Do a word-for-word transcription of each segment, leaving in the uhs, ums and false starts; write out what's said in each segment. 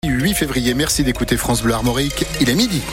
huit février, merci d'écouter France Bleu Armorique, il est midi.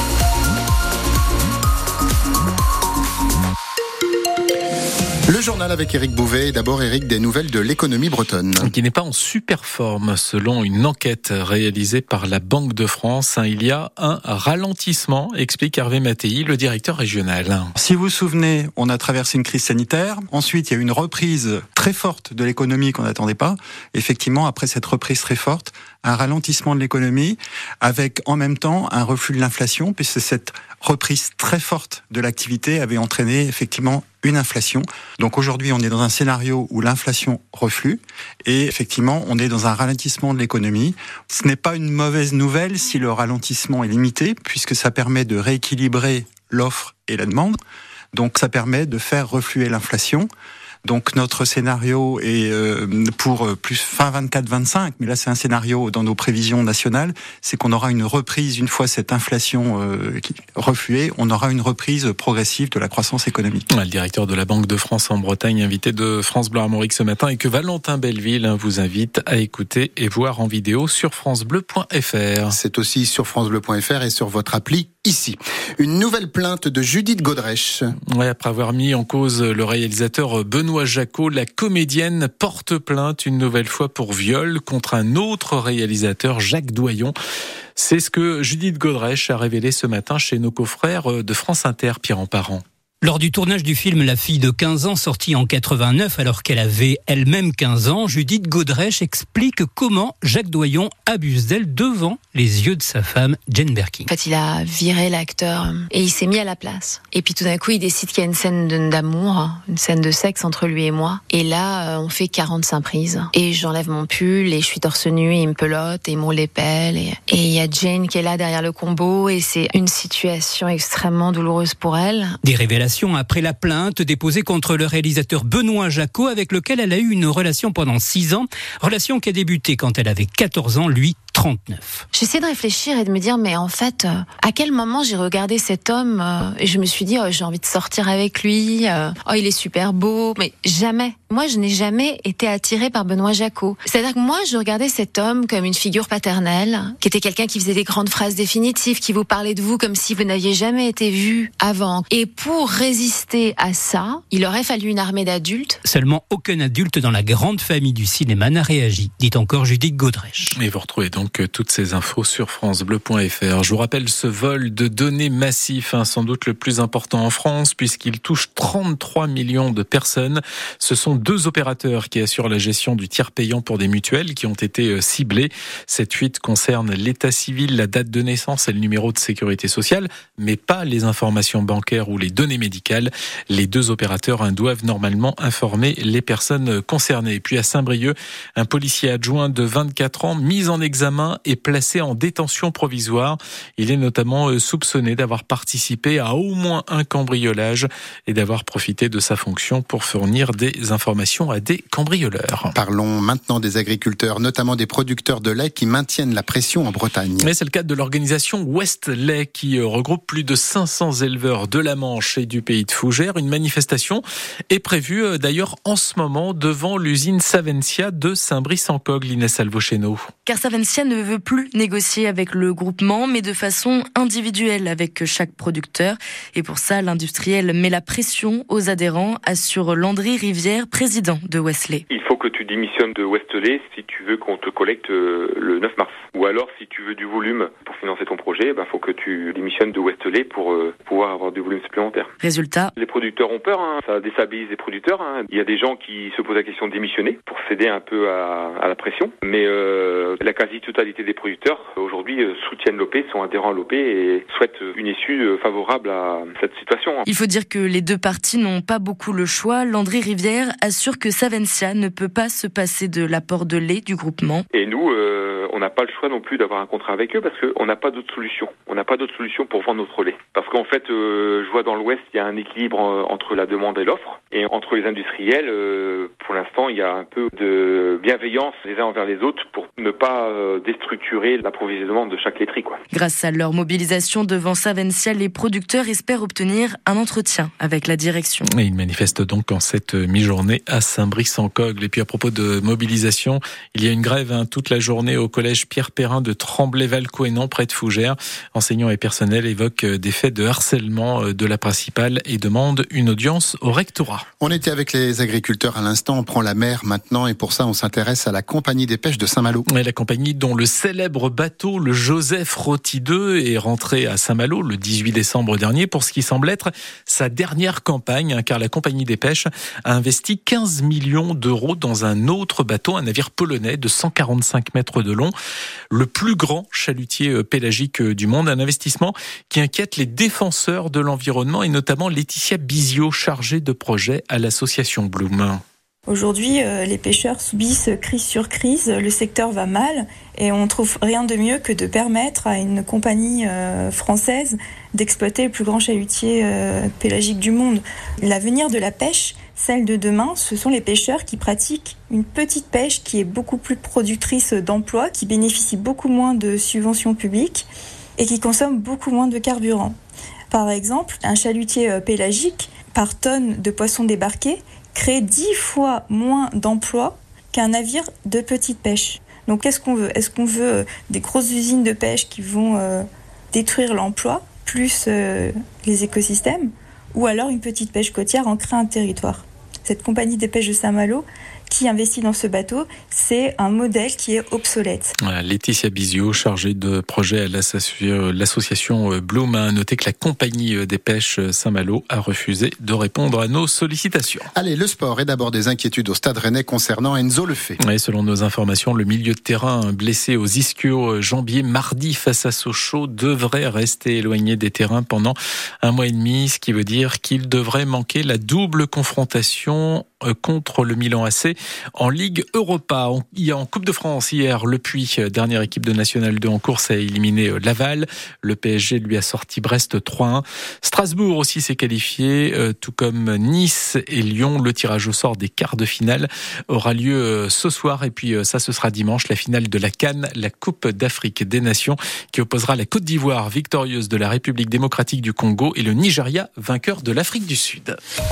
Le journal avec Éric Bouvet. D'abord, Éric, des nouvelles de l'économie bretonne. Qui n'est pas en super forme, selon une enquête réalisée par la Banque de France. Il y a un ralentissement, explique Hervé Mattei, le directeur régional. Si vous vous souvenez, on a traversé une crise sanitaire. Ensuite, il y a eu une reprise très forte de l'économie qu'on n'attendait pas. Effectivement, après cette reprise très forte, un ralentissement de l'économie avec en même temps un reflux de l'inflation, puisque cette reprise très forte de l'activité avait entraîné effectivement une inflation. Donc aujourd'hui, on est dans un scénario où l'inflation reflue et effectivement, on est dans un ralentissement de l'économie. Ce n'est pas une mauvaise nouvelle si le ralentissement est limité, puisque ça permet de rééquilibrer l'offre et la demande. Donc ça permet de faire refluer l'inflation. Donc notre scénario est pour plus fin vingt-quatre vingt-cinq, mais là c'est un scénario dans nos prévisions nationales, c'est qu'on aura une reprise, une fois cette inflation euh, refluée, on aura une reprise progressive de la croissance économique. Le directeur de la Banque de France en Bretagne, invité de France Bleu Armorique ce matin, et que Valentin Belleville vous invite à écouter et voir en vidéo sur francebleu point f r. C'est aussi sur francebleu point f r et sur votre appli ici. Une nouvelle plainte de Judith Godrèche. Ouais, après avoir mis en cause le réalisateur Benoît Jacot, la comédienne porte plainte une nouvelle fois pour viol contre un autre réalisateur, Jacques Doyon. C'est ce que Judith Godrèche a révélé ce matin chez nos confrères de France Inter, Pierre Emparent. Lors du tournage du film La fille de quinze ans, sorti en quatre-vingt-neuf alors qu'elle avait elle-même quinze ans, Judith Godrèche explique comment Jacques Doyon abuse d'elle devant les yeux de sa femme, Jane Birkin. En fait, il a viré l'acteur et il s'est mis à la place. Et puis tout d'un coup, il décide qu'il y a une scène d'amour, une scène de sexe entre lui et moi. Et là, on fait quarante-cinq prises. Et j'enlève mon pull et je suis torse nu et il me pelote et il me roule les pelles. Et il y a Jane qui est là derrière le combo et c'est une situation extrêmement douloureuse pour elle. Des révélations après la plainte déposée contre le réalisateur Benoît Jacot, avec lequel elle a eu une relation pendant six ans. Relation qui a débuté quand elle avait quatorze ans, lui trente-neuf. J'essaie de réfléchir et de me dire, mais en fait, euh, à quel moment j'ai regardé cet homme euh, et je me suis dit, oh, j'ai envie de sortir avec lui, euh, oh, il est super beau, mais jamais. Moi, je n'ai jamais été attirée par Benoît Jacot. C'est-à-dire que moi, je regardais cet homme comme une figure paternelle, qui était quelqu'un qui faisait des grandes phrases définitives, qui vous parlait de vous comme si vous n'aviez jamais été vu avant. Et pour résister à ça, il aurait fallu une armée d'adultes. Seulement aucun adulte dans la grande famille du cinéma n'a réagi, dit encore Judith Godrèche. Et vous retrouvez donc toutes ces infos sur francebleu point f r. Je vous rappelle ce vol de données massif, hein, sans doute le plus important en France, puisqu'il touche trente-trois millions de personnes. Ce sont deux opérateurs qui assurent la gestion du tiers payant pour des mutuelles qui ont été ciblés. Cette fuite concerne l'état civil, la date de naissance et le numéro de sécurité sociale, mais pas les informations bancaires ou les données médicales. Les deux opérateurs hein, doivent normalement informer les personnes concernées. Et puis à Saint-Brieuc, un policier adjoint de vingt-quatre ans mis en examen est placé en détention provisoire. Il est notamment soupçonné d'avoir participé à au moins un cambriolage et d'avoir profité de sa fonction pour fournir des informations à des cambrioleurs. Parlons maintenant des agriculteurs, notamment des producteurs de lait qui maintiennent la pression en Bretagne. Mais c'est le cas de l'organisation Ouest Lait qui regroupe plus de cinq cents éleveurs de la Manche et du pays de Fougères. Une manifestation est prévue d'ailleurs en ce moment devant l'usine Savencia de Saint-Brice-en-Cogle, Inès Alvochéno. Car Savencia ne veut plus négocier avec le groupement, mais de façon individuelle avec chaque producteur. Et pour ça, l'industriel met la pression aux adhérents, assure Landry Rivière, président de Ouest Lait. Il faut que tu démissionnes de Ouest Lait si tu veux qu'on te collecte le neuf mars. Ou alors, si tu veux du volume pour financer ton projet, il ben, faut que tu démissionnes de Ouest Lait pour euh, pouvoir avoir du volume supplémentaire. Résultat, les producteurs ont peur, hein. Ça déstabilise les producteurs. Hein. Il y a des gens qui se posent la question de démissionner pour céder un peu à, à la pression. Mais euh, la quasi-totalité des producteurs, aujourd'hui, euh, soutiennent l'O P, sont adhérents à l'O P et souhaitent une issue euh, favorable à cette situation. Il faut dire que les deux parties n'ont pas beaucoup le choix. Landry Rivière assure que Savencia ne peut pas se passer de l'apport de lait du groupement. Et nous, euh, on n'a pas le choix non plus d'avoir un contrat avec eux parce qu'on n'a pas d'autre solution. On n'a pas d'autre solution pour vendre notre lait. Parce qu'en fait, euh, je vois dans l'Ouest, il y a un équilibre entre la demande et l'offre. Et entre les industriels, euh, pour l'instant, il y a un peu de bienveillance les uns envers les autres pour ne pas euh, déstructurer l'approvisionnement de chaque laiterie, quoi. Grâce à leur mobilisation devant Savencia, les producteurs espèrent obtenir un entretien avec la direction. Et ils manifestent donc en cette mi-journée à Saint-Brice-en-Cogle. Et puis à propos de mobilisation, il y a une grève hein, toute la journée au collège collège Pierre Perrin de Tremblay-Valcoënan, près de Fougères. Enseignants et personnels évoquent des faits de harcèlement de la principale et demandent une audience au rectorat. On était avec les agriculteurs à l'instant, on prend la mer maintenant et pour ça on s'intéresse à la compagnie des pêches de Saint-Malo. Et la compagnie dont le célèbre bateau, le Joseph Roty deux, est rentré à Saint-Malo le dix-huit décembre dernier pour ce qui semble être sa dernière campagne, car la compagnie des pêches a investi quinze millions d'euros dans un autre bateau, un navire polonais de cent quarante-cinq mètres de long, le plus grand chalutier pélagique du monde, un investissement qui inquiète les défenseurs de l'environnement et notamment Laetitia Bizio, chargée de projet à l'association Bloom. Aujourd'hui, euh, les pêcheurs subissent crise sur crise, le secteur va mal et on trouve rien de mieux que de permettre à une compagnie euh, française d'exploiter le plus grand chalutier euh, pélagique du monde. L'avenir de la pêche, celle de demain, ce sont les pêcheurs qui pratiquent une petite pêche qui est beaucoup plus productrice d'emplois, qui bénéficie beaucoup moins de subventions publiques et qui consomme beaucoup moins de carburant. Par exemple, un chalutier pélagique, par tonne de poissons débarqués, crée dix fois moins d'emplois qu'un navire de petite pêche. Donc qu'est-ce qu'on veut ? Est-ce qu'on veut des grosses usines de pêche qui vont euh, détruire l'emploi, plus euh, les écosystèmes, ou alors une petite pêche côtière en crée un territoire ? Cette compagnie des pêches de Saint-Malo qui investit dans ce bateau, c'est un modèle qui est obsolète. Voilà, Laetitia Bizio, chargée de projet à l'association Bloom, a noté que la compagnie des pêches Saint-Malo a refusé de répondre à nos sollicitations. Allez, le sport et d'abord des inquiétudes au Stade Rennais concernant Enzo Lefebvre. Oui, selon nos informations, le milieu de terrain blessé aux ischio-jambiers mardi face à Sochaux devrait rester éloigné des terrains pendant un mois et demi, ce qui veut dire qu'il devrait manquer la double confrontation contre le Milan A C en Ligue Europa. Il y a en Coupe de France hier, Le Puy, dernière équipe de National deux en course, a éliminé Laval. Le P S G lui a sorti Brest trois un. Strasbourg aussi s'est qualifié, tout comme Nice et Lyon. Le tirage au sort des quarts de finale aura lieu ce soir et puis ça ce sera dimanche, la finale de la CAN, la Coupe d'Afrique des Nations, qui opposera la Côte d'Ivoire, victorieuse de la République démocratique du Congo, et le Nigeria, vainqueur de l'Afrique du Sud.